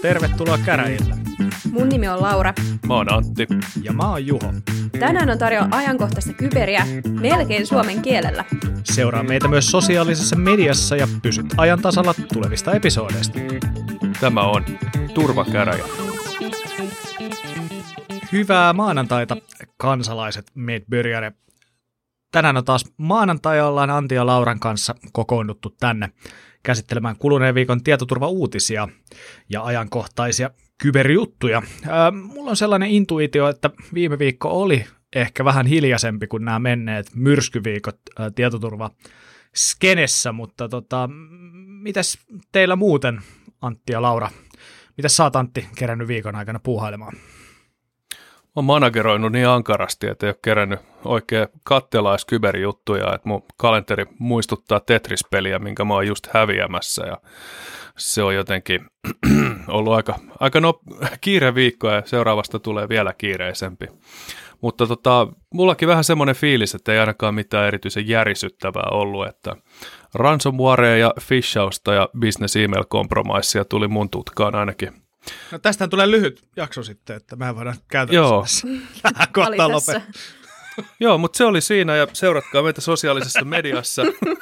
Tervetuloa käräjille. Mun nimi on Laura. Mä oon Antti. Ja mä oon Juho. Tänään on tarjolla ajankohtaista kyberiä melkein suomen kielellä. Seuraa meitä myös sosiaalisessa mediassa ja pysyt ajan tasalla tulevista episoodeista. Tämä on Turvakäräjä. Hyvää maanantaita, kansalaiset Medbyrjare. Tänään on taas maanantai, ollaan Antti ja Lauran kanssa kokoonnuttu tänne käsittelemään kuluneen viikon tietoturvauutisia ja ajankohtaisia kyberjuttuja. Mulla on sellainen intuitio, että viime viikko oli ehkä vähän hiljaisempi kuin nämä menneet myrskyviikot tietoturvaskenessä, mutta mitäs teillä muuten, Antti ja Laura? Mitäs sä oot, Antti, kerännyt viikon aikana puuhailemaan? Olen manageroinut niin ankarasti, että ei ole kerännyt oikein kattelaiskyberjuttuja, että mun kalenteri muistuttaa Tetris-peliä, minkä mä oon just häviämässä, ja se on jotenkin ollut aika kiire viikko, ja seuraavasta tulee vielä kiireisempi. Mutta mullakin vähän semmoinen fiilis, että ei ainakaan mitään erityisen järisyttävää ollut, että ransomwarea ja phishausta ja business email compromisea tuli mun tutkaan ainakin. No tästähän tulee lyhyt jakso sitten, että mehän voidaan käytännössä tähän kohtaan lopettaa. Joo, mutta se oli siinä, ja seuratkaa meitä sosiaalisessa mediassa.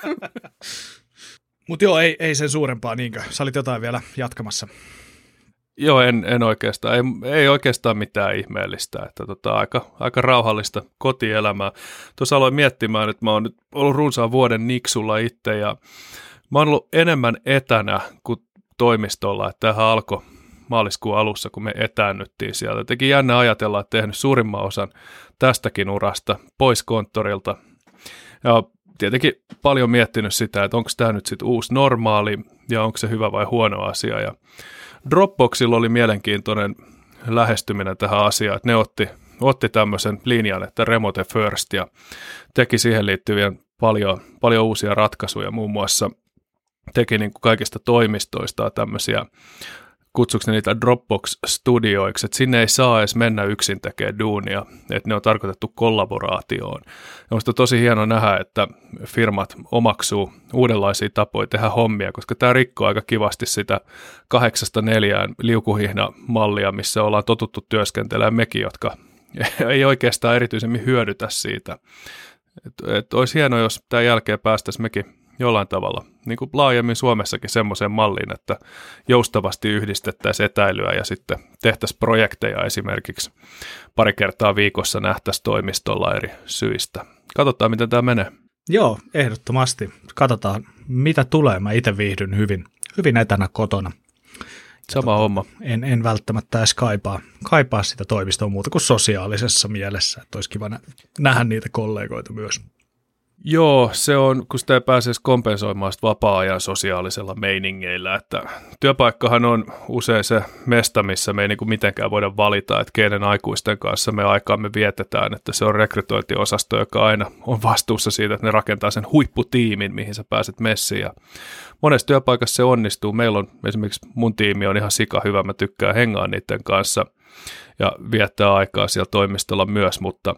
Mutta joo, ei sen suurempaa, niinkö? Sä olit jotain vielä jatkamassa. Joo, en oikeastaan. Ei oikeastaan mitään ihmeellistä, että aika rauhallista kotielämää. Tuossa aloin miettimään, että mä oon nyt ollut runsaan vuoden niksulla itse, ja mä oon ollut enemmän etänä kuin toimistolla, että tämähän alkoi maaliskuun alussa, kun me etäännyttiin sieltä. Teki jännä ajatella, että tehnyt suurimman osan tästäkin urasta pois konttorilta. Ja tietenkin paljon miettinyt sitä, että onko tämä nyt sitten uusi normaali ja onko se hyvä vai huono asia. Ja Dropboxilla oli mielenkiintoinen lähestyminen tähän asiaan, että ne otti tämmöisen linjan, että remote first, ja teki siihen liittyviä paljon uusia ratkaisuja. Muun muassa teki niin kuin kaikista toimistoista tämmöisiä, kutsuuko ne niitä Dropbox-studioiksi, että sinne ei saa edes mennä yksin tekemään duunia, että ne on tarkoitettu kollaboraatioon. Ja musta on tosi hieno nähdä, että firmat omaksuu uudenlaisia tapoja tehdä hommia, koska tämä rikkoo aika kivasti sitä 8-4 liukuhihna-mallia, missä ollaan totuttu työskentelemään mekin, jotka ei oikeastaan erityisemmin hyödytä siitä. Että olisi hienoa, jos tämän jälkeen päästäisiin mekin jollain tavalla, niin kuin laajemmin Suomessakin semmoiseen malliin, että joustavasti yhdistettäisiin etäilyä ja sitten tehtäisiin projekteja esimerkiksi pari kertaa viikossa, nähtäisiin toimistolla eri syistä. Katsotaan, miten tämä menee. Joo, ehdottomasti. Katsotaan, mitä tulee. Mä itse viihdyn hyvin etänä kotona. Sama homma. En välttämättä edes kaipaa sitä toimistoa muuta kuin sosiaalisessa mielessä, että olisi kiva nähdä niitä kollegoita myös. Joo, se on, kun sitä ei pääse kompensoimaan sitä vapaa-ajan sosiaalisella meiningeillä, että työpaikkahan on usein se mesta, missä me ei niin kuin mitenkään voida valita, että keiden aikuisten kanssa me aikaamme vietetään, että se on rekrytointiosasto, joka aina on vastuussa siitä, että ne rakentaa sen huipputiimin, mihin sä pääset messiin, ja monessa työpaikassa se onnistuu. Meillä on esimerkiksi mun tiimi on ihan sika hyvä, mä tykkään hengaa niiden kanssa ja viettää aikaa siellä toimistolla myös, mutta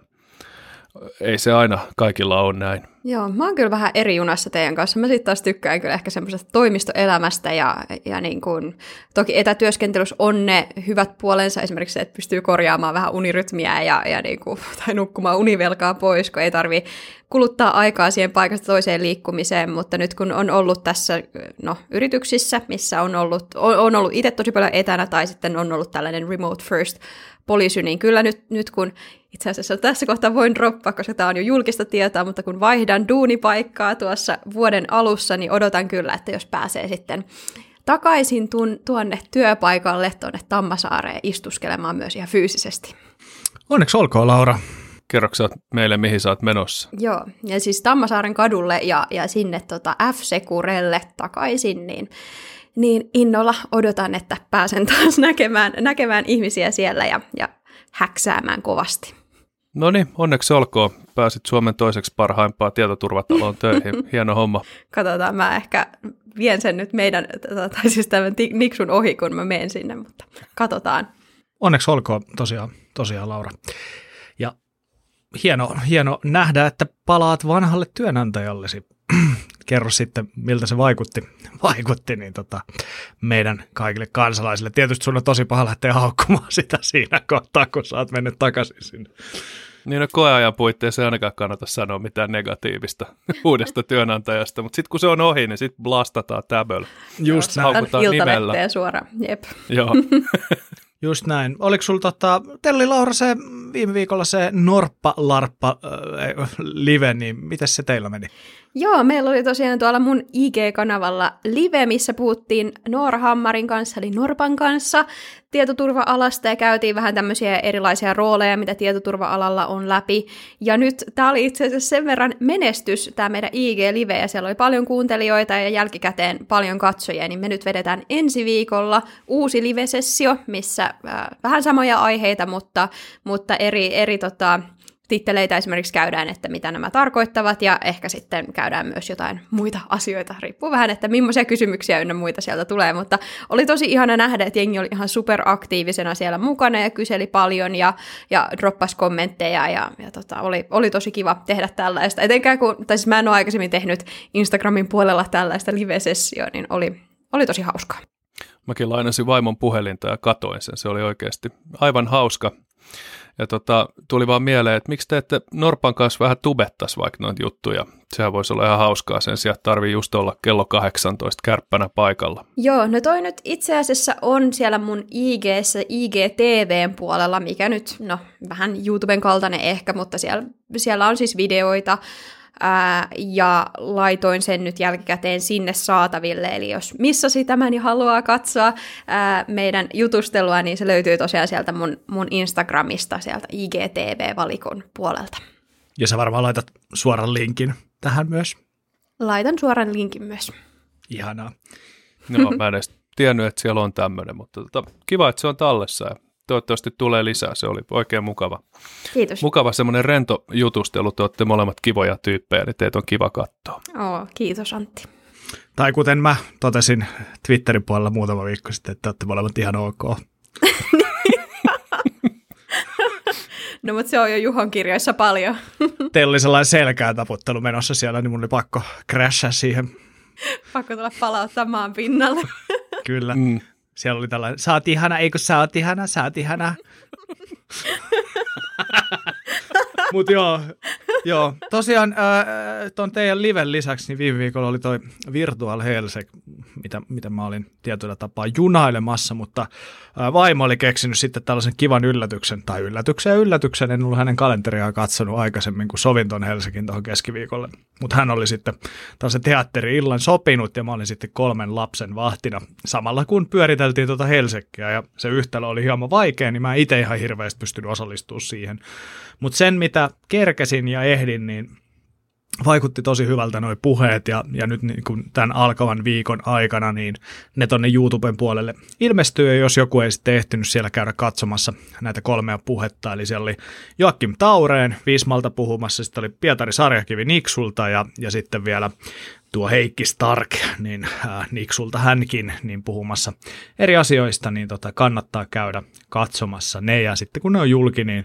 ei se aina kaikilla ole näin. Joo, mä oon kyllä vähän eri junassa teidän kanssa. Mä sitten taas tykkään kyllä ehkä semmoisesta toimistoelämästä ja niin kuin, toki etätyöskentelyssä on ne hyvät puolensa, esimerkiksi se, että pystyy korjaamaan vähän unirytmiä ja niin kuin, tai nukkumaan univelkaa pois, kun ei tarvitse kuluttaa aikaa siihen paikasta toiseen liikkumiseen, mutta nyt kun on ollut tässä yrityksissä, missä on ollut itse tosi paljon etänä tai sitten on ollut tällainen remote first policy, niin kyllä nyt kun itse asiassa tässä kohtaa voin droppaa, koska tämä on jo julkista tietoa, mutta kun vaihdan duunipaikkaa tuossa vuoden alussa, niin odotan kyllä, että jos pääsee sitten takaisin tuonne työpaikalle, tuonne Tammasaareen istuskelemaan myös ihan fyysisesti. Onneksi olkoon, Laura. Kerroksä meille, mihin sä oot menossa? Joo, ja siis Tammasaaren kadulle ja sinne F-Securelle takaisin, niin innolla odotan, että pääsen taas näkemään ihmisiä siellä ja häksäämään kovasti. No niin, onneksi olkoon. Pääsit Suomen toiseksi parhaimpaan tietoturvataloon töihin. Hieno homma. Katsotaan, mä ehkä vien sen nyt meidän, tai siis tämän Niksun ohi, kun mä menen sinne, mutta katsotaan. Onneksi olkoon tosiaan Laura. Ja hieno nähdä, että palaat vanhalle työnantajallesi. kerro sitten, miltä se vaikutti niin meidän kaikille kansalaisille. Tietysti sun on tosi paha lähteä haukkumaan sitä siinä kohtaa, kun sä oot mennyt takaisin sinne. Niin no koeajan puitteissa ei ainakaan kannata sanoa mitään negatiivista uudesta työnantajasta, mutta sitten kun se on ohi, niin sitten blastataan täböl. Just näin. Iltalehteen suoraan, jep. Joo. Just näin. Oliko sulla Telli Laura se viime viikolla se Norppa-Larppa live, niin miten se teillä meni? Joo, meillä oli tosiaan tuolla mun IG-kanavalla live, missä puhuttiin Noora Hammarin kanssa, eli Norpan kanssa, tietoturva-alasta ja käytiin vähän tämmöisiä erilaisia rooleja, mitä tietoturva-alalla on läpi. Ja nyt tämä oli itse asiassa sen verran menestys, tämä meidän IG-live, ja siellä oli paljon kuuntelijoita ja jälkikäteen paljon katsojia, niin me nyt vedetään ensi viikolla uusi live-sessio, missä vähän samoja aiheita, mutta eri titteleitä esimerkiksi käydään, että mitä nämä tarkoittavat, ja ehkä sitten käydään myös jotain muita asioita, riippuu vähän, että millaisia kysymyksiä ynnä muita sieltä tulee, mutta oli tosi ihana nähdä, että jengi oli ihan superaktiivisena siellä mukana ja kyseli paljon ja droppasi kommentteja ja oli tosi kiva tehdä tällaista, etenkään tai siis mä en ole aikaisemmin tehnyt Instagramin puolella tällaista live-sessioa, niin oli tosi hauskaa. Mäkin lainasin vaimon puhelinta ja katoin sen, se oli oikeasti aivan hauska. Ja tuli vaan mieleen, että miksi te ette Norpan kanssa vähän tubettaisi vaikka noita juttuja. Sehän voisi olla ihan hauskaa, sen sijaan tarvii just olla kello 18 kärppänä paikalla. Joo, no toi nyt itse asiassa on siellä mun IG:ssä, IGTVn puolella, mikä nyt, no vähän YouTuben kaltainen ehkä, mutta siellä on siis videoita, ja laitoin sen nyt jälkikäteen sinne saataville, eli jos missasi tämän ja haluaa katsoa meidän jutustelua, niin se löytyy tosiaan sieltä mun Instagramista, sieltä IGTV-valikon puolelta. Ja sä varmaan laitat suoran linkin tähän myös. Laitan suoran linkin myös. Ihanaa. No, mä en edes tiennyt, että siellä on tämmöinen, mutta kiva, että se on tallessa ja toivottavasti tulee lisää, se oli oikein mukava. Kiitos. Mukava semmoinen rento jutustelu, te olette molemmat kivoja tyyppejä, niin teitä on kiva katsoa. Kiitos Antti. Tai kuten mä totesin Twitterin puolella muutama viikko sitten, että olette molemmat ihan ok. No mutta se on jo Juhon kirjoissa paljon. Teillä oli sellainen selkää taputtelu menossa siellä, niin mun oli pakko crashaa siihen. Pakko tulla palauttaa maan pinnalle. Kyllä. Siellä oli tällainen, sä oot ihana, eikö sä oot ihana. Mut joo. Tosiaan ton teidän liven lisäksi, niin viime viikolla oli toi Virtual Helsek, mitä mä olin tietyllä tapaa junailemassa, mutta vaimo oli keksinyt sitten tällaisen kivan yllätyksen, en ollut hänen kalenteriaan katsonut aikaisemmin, kun sovin ton Helsekin tuohon keskiviikolle. Mutta hän oli sitten tällaisen teatteri-illan sopinut ja mä olin sitten 3 lapsen vahtina samalla kun pyöriteltiin tuota Helsekkiä ja se yhtälö oli hieman vaikea, niin mä itse ihan hirveästi pystynyt osallistumaan siihen. Mutta sen mitä kerkesin ja ehdin, niin vaikutti tosi hyvältä nuo puheet ja nyt niin kun tämän alkavan viikon aikana niin ne tonne YouTuben puolelle ilmestyy ja jos joku ei sitten ehtinyt siellä käydä katsomassa näitä 3 puhetta, eli siellä oli Joakim Taureen Vismalta puhumassa, sitten oli Pietari Sarjakivi Niksulta ja sitten vielä tuo Heikki Stark, niin Niksulta hänkin niin puhumassa eri asioista, niin kannattaa käydä katsomassa ne ja sitten kun ne on julki, niin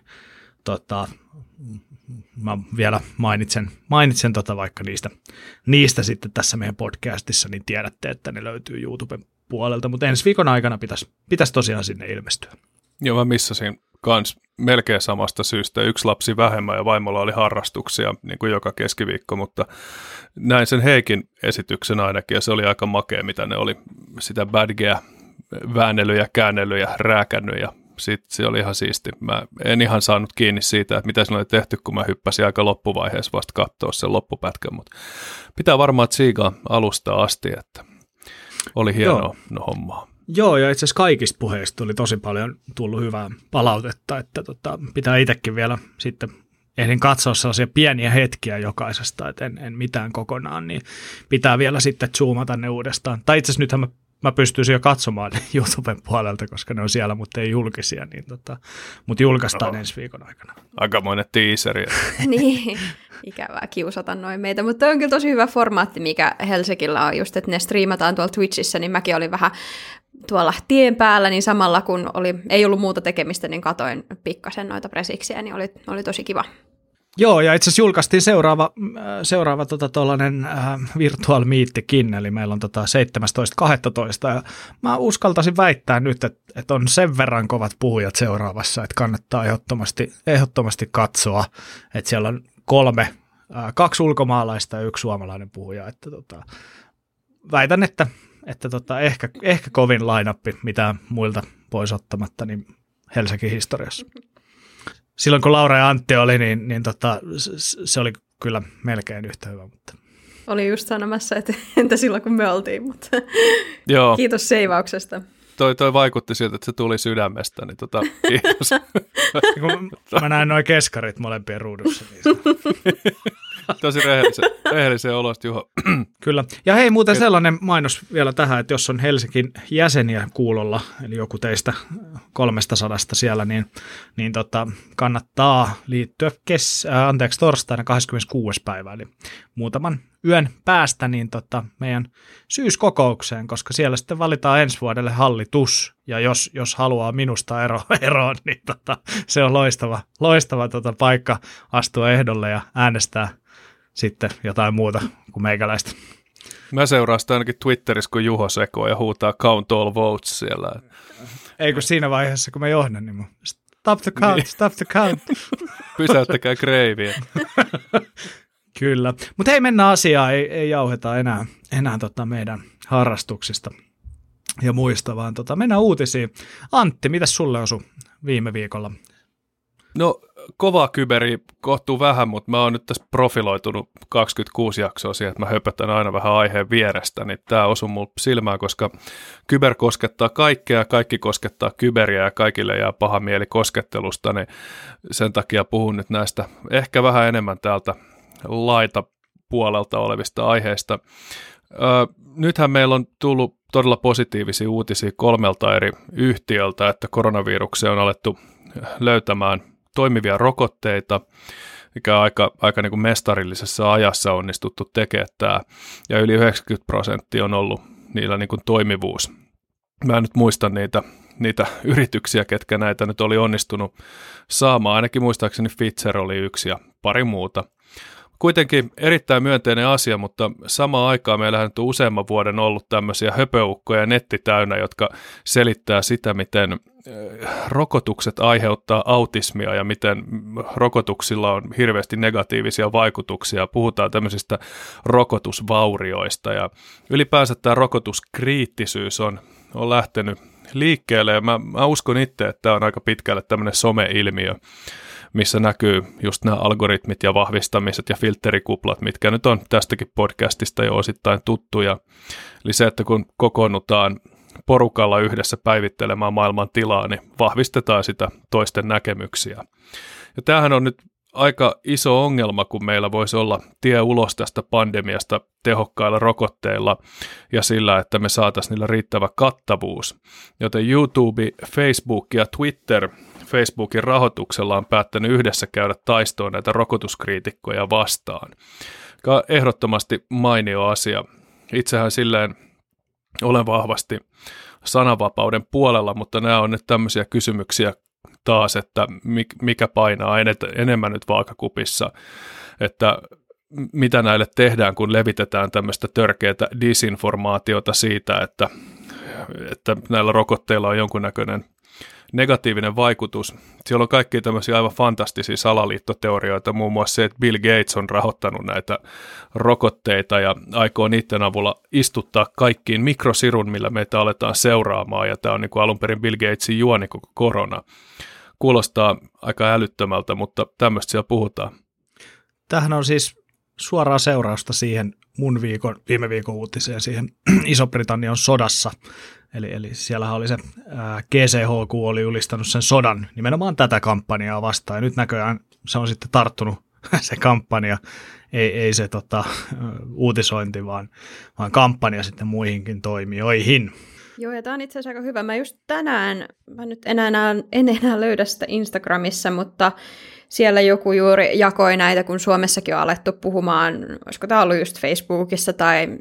mä vielä mainitsen vaikka niistä sitten tässä meidän podcastissa, niin tiedätte, että ne löytyy YouTuben puolelta, mutta ensi viikon aikana pitäisi tosiaan sinne ilmestyä. Joo, mä missasin kans melkein samasta syystä. 1 lapsi vähemmän ja vaimolla oli harrastuksia niin kuin joka keskiviikko, mutta näin sen Heikin esityksen ainakin ja se oli aika makea, mitä ne oli sitä badgeä väännelyjä, käännelyjä, rääkännyjä. Sitten se oli ihan siisti. Mä en ihan saanut kiinni siitä, että mitä siinä oli tehty, kun mä hyppäsin aika loppuvaiheessa vasta katsoa sen loppupätkän, mutta pitää varmaan tsiigaa alusta asti, että oli hienoa hommaa. Joo, ja itse asiassa kaikista puheista tuli tosi paljon tullut hyvää palautetta, että pitää itsekin vielä sitten ehdin katsoa sellaisia pieniä hetkiä jokaisesta, että en mitään kokonaan, niin pitää vielä sitten zoomata ne uudestaan. Tai itse asiassa nythän mä pystyisin jo katsomaan YouTuben puolelta, koska ne on siellä, mutta ei julkisia, niin mutta julkaistaan ensi viikon aikana. Aikamoinen teaseri. Niin, ikävää kiusata noin meitä, mutta on kyllä tosi hyvä formaatti, mikä Helsikillä on just, että ne striimataan tuolla Twitchissä, niin mäkin olin vähän tuolla tien päällä, niin samalla kun ei ollut muuta tekemistä, niin katoin pikkasen noita presiksiä, niin oli tosi kiva. Joo, ja itse asiassa julkaistiin seuraava tuollainen virtual meetikin, eli meillä on 17.12. Ja mä uskaltaisin väittää nyt, että on sen verran kovat puhujat seuraavassa, että kannattaa ehdottomasti katsoa, että siellä on 2 ulkomaalaista ja 1 suomalainen puhuja, että väitän, että ehkä kovin line-up, mitä muilta pois ottamatta, niin Helsingin historiassa. Silloin kun Laura ja Antti oli, niin se oli kyllä melkein yhtä hyvä. Mutta. Oli just sanomassa, että entä silloin kun me oltiin, mutta Joo. Kiitos seivauksesta. Toi vaikutti siltä, että se tuli sydämestä, niin kiitos. Mä näen nuo keskarit molempien ruudussa. Niin tosi rehellisen olosta, Juho. Kyllä. Ja hei, muuten sellainen mainos vielä tähän, että jos on Helsingin jäseniä kuulolla, eli joku teistä 300 siellä, niin kannattaa liittyä torstaina 26. päivä, eli muutaman yön päästä niin meidän syyskokoukseen, koska siellä sitten valitaan ensi vuodelle hallitus, ja jos haluaa minusta eroon, niin se on loistava paikka astua ehdolle ja äänestää sitten jotain muuta kuin meikäläistä. Mä seuraan sitä ainakin Twitterissä, kun Juho sekoo ja huutaa count all votes siellä. Ei kun siinä vaiheessa, kun mä johdan, niin stop the count, niin. Stop the count. Pysäyttäkää kreiviä. Kyllä, mutta hei, mennään asiaan, ei jauheta enää meidän harrastuksista ja muista, vaan mennään uutisiin. Antti, mitäs sulle osui viime viikolla? No, kovaa kyberi kohtuu vähän, mutta mä oon nyt tässä profiloitunut 26 jaksoa siihen, että mä höpötän aina vähän aiheen vierestä, niin tää osui mulle silmään, koska kyber koskettaa kaikkea, kaikki koskettaa kyberiä ja kaikille jää paha mieli koskettelusta, niin sen takia puhun nyt näistä ehkä vähän enemmän täältä laitapuolelta olevista aiheista. Nythän meillä on tullut todella positiivisia uutisia 3 eri yhtiöltä, että koronavirukseen on alettu löytämään toimivia rokotteita, mikä aika niin kuin mestarillisessa ajassa onnistuttu tekemään tämä, ja yli 90% on ollut niillä niin kuin toimivuus. Mä en nyt muista niitä yrityksiä, ketkä näitä nyt oli onnistunut saamaan, ainakin muistaakseni Pfizer oli yksi ja pari muuta. Kuitenkin erittäin myönteinen asia, mutta samaan aikaan meillähän on useamman vuoden ollut tämmöisiä höpöukkoja netti täynnä, jotka selittää sitä, miten rokotukset aiheuttaa autismia ja miten rokotuksilla on hirveästi negatiivisia vaikutuksia. Puhutaan tämmöisistä rokotusvaurioista ja ylipäänsä tämä rokotuskriittisyys on lähtenyt liikkeelle ja mä uskon itse, että tämä on aika pitkälle tämmöinen some-ilmiö, missä näkyy just nämä algoritmit ja vahvistamiset ja filterikuplat, mitkä nyt on tästäkin podcastista jo osittain tuttuja. Eli se, että kun kokoonnutaan porukalla yhdessä päivittelemään maailman tilaa, niin vahvistetaan sitä toisten näkemyksiä. Ja tämähän on nyt aika iso ongelma, kun meillä voisi olla tie ulos tästä pandemiasta tehokkailla rokotteilla ja sillä, että me saataisiin niillä riittävä kattavuus. Joten YouTube, Facebook ja Twitter Facebookin rahoituksella on päättänyt yhdessä käydä taistoon näitä rokotuskriitikkoja vastaan. Ehdottomasti mainio asia. Itsehän silleen olen vahvasti sananvapauden puolella, mutta nämä on nyt tämmöisiä kysymyksiä taas, että mikä painaa enemmän nyt vaakakupissa, että mitä näille tehdään, kun levitetään tämmöistä törkeätä disinformaatiota siitä, että näillä rokotteilla on jonkunnäköinen negatiivinen vaikutus. Siellä on kaikkia tämmöisiä aivan fantastisia salaliittoteorioita, muun muassa se, että Bill Gates on rahoittanut näitä rokotteita ja aikoo niiden avulla istuttaa kaikkiin mikrosirun, millä meitä aletaan seuraamaan, ja tämä on niin kuin alun perin Bill Gatesin juoni koko korona. Kuulostaa aika älyttömältä, mutta tämmöistä siellä puhutaan. Tämähän on siis suoraa seurausta siihen mun viime viikon uutiseen, siihen Iso-Britannian sodassa. Eli siellähän oli se GCHQ oli julistanut sen sodan nimenomaan tätä kampanjaa vastaan, ja nyt näköjään se on sitten tarttunut se kampanja, ei se uutisointi, vaan kampanja sitten muihinkin toimijoihin. Joo, ja tämä on itse asiassa aika hyvä. Mä just tänään, en enää löydä sitä Instagramissa, mutta siellä joku juuri jakoi näitä, kun Suomessakin on alettu puhumaan, olisiko tämä ollut just Facebookissa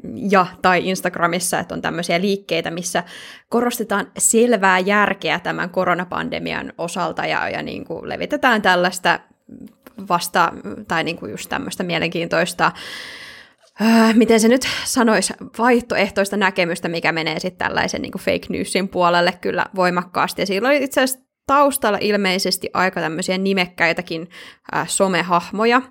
tai Instagramissa, että on tämmöisiä liikkeitä, missä korostetaan selvää järkeä tämän koronapandemian osalta ja niin kuin levitetään tällaista tai niin kuin just tämmöistä mielenkiintoista, miten se nyt sanoisi, vaihtoehtoista näkemystä, mikä menee sitten tällaisen niin kuin fake newsin puolelle kyllä voimakkaasti. Ja siinä oli itse asiassa taustalla ilmeisesti aika tämmöisiä nimekkäitäkin somehahmoja,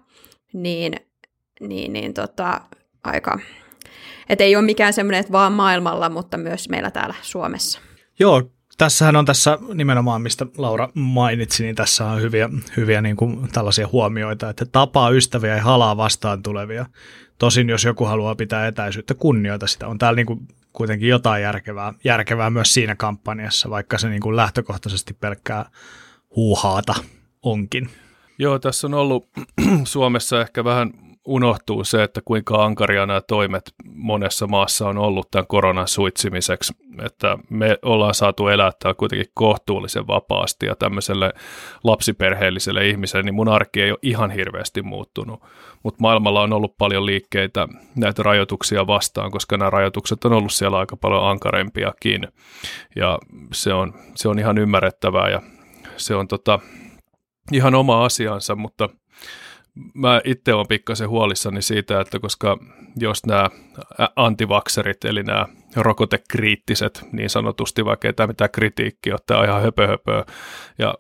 aika, että ei ole mikään semmoinen, että vaan maailmalla, mutta myös meillä täällä Suomessa. Joo, tässähän on tässä nimenomaan, mistä Laura mainitsi, niin tässä on hyviä niin kuin tällaisia huomioita, että tapaa ystäviä ja halaa vastaan tulevia. Tosin jos joku haluaa pitää etäisyyttä, kunnioita sitä. On täällä niin kuin kuitenkin jotain järkevää myös siinä kampanjassa, vaikka se niin kuin lähtökohtaisesti pelkkää huuhaata onkin. Joo, tässä on ollut Suomessa ehkä vähän unohtuu se, että kuinka ankaria nämä toimet monessa maassa on ollut tämän koronan suitsimiseksi, että me ollaan saatu elää täällä kuitenkin kohtuullisen vapaasti ja tämmöiselle lapsiperheelliselle ihmiselle, niin mun arki ei ole ihan hirveästi muuttunut, mutta maailmalla on ollut paljon liikkeitä näitä rajoituksia vastaan, koska nämä rajoitukset on ollut siellä aika paljon ankarempiakin ja se on ihan ymmärrettävää ja se on ihan oma asiansa, mutta mä itse olen pikkasen huolissani siitä, että koska jos nämä antivakserit, eli nämä rokotekriittiset niin sanotusti, vaikka ei tämä mitään kritiikkiä ole, tämä on ihan höpöhöpöä, ja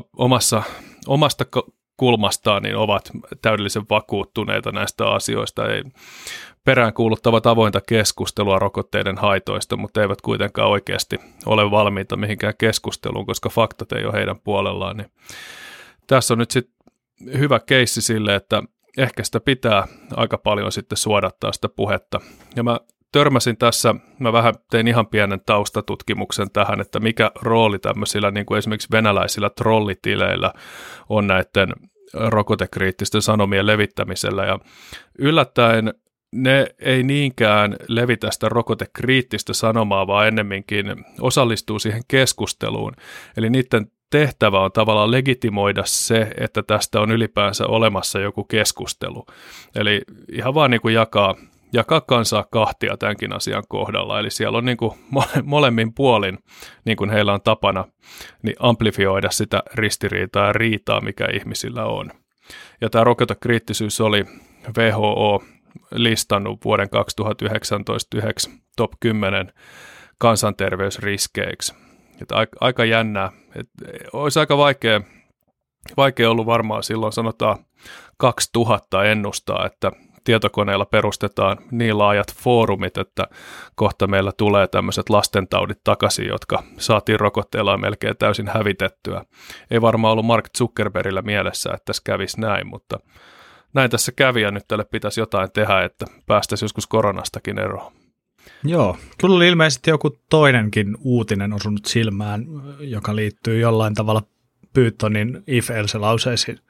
omasta kulmastaan niin ovat täydellisen vakuuttuneita näistä asioista, ei peräänkuuluttavat avointa keskustelua rokotteiden haitoista, mutta eivät kuitenkaan oikeasti ole valmiita mihinkään keskusteluun, koska faktat ei ole heidän puolellaan, niin tässä on nyt sitten hyvä keissi sille, että ehkä sitä pitää aika paljon sitten suodattaa sitä puhetta. Ja mä törmäsin tässä, mä vähän tein ihan pienen taustatutkimuksen tähän, että mikä rooli tämmöisillä niin kuin esimerkiksi venäläisillä trollitileillä on näiden rokotekriittisten sanomien levittämisellä. Ja yllättäen ne ei niinkään levitä sitä rokotekriittistä sanomaa, vaan ennemminkin osallistuu siihen keskusteluun. Eli niiden tehtävä on tavallaan legitimoida se, että tästä on ylipäänsä olemassa joku keskustelu. Eli ihan vaan niin kuin jakaa kansaa kahtia tämänkin asian kohdalla. Eli siellä on niin kuin molemmin puolin, niin kuin heillä on tapana, niin amplifioida sitä ristiriitaa ja riitaa, mikä ihmisillä on. Ja tämä rokotekriittisyys oli WHO listannut vuoden 2019 yhdeksi top 10 kansanterveysriskeiksi. Että aika jännää. Olisi aika vaikea ollut varmaan silloin sanotaan 2000 ennustaa, että tietokoneella perustetaan niin laajat foorumit, että kohta meillä tulee tämmöiset lastentaudit takaisin, jotka saatiin rokotteella melkein täysin hävitettyä. Ei varmaan ollut Mark Zuckerbergillä mielessä, että tässä kävisi näin, mutta näin tässä kävi ja nyt tälle pitäisi jotain tehdä, että päästäisiin joskus koronastakin eroon. Joo, kyllä oli ilmeisesti joku toinenkin uutinen osunut silmään, joka liittyy jollain tavalla Pythonin if-else-lauseisiin.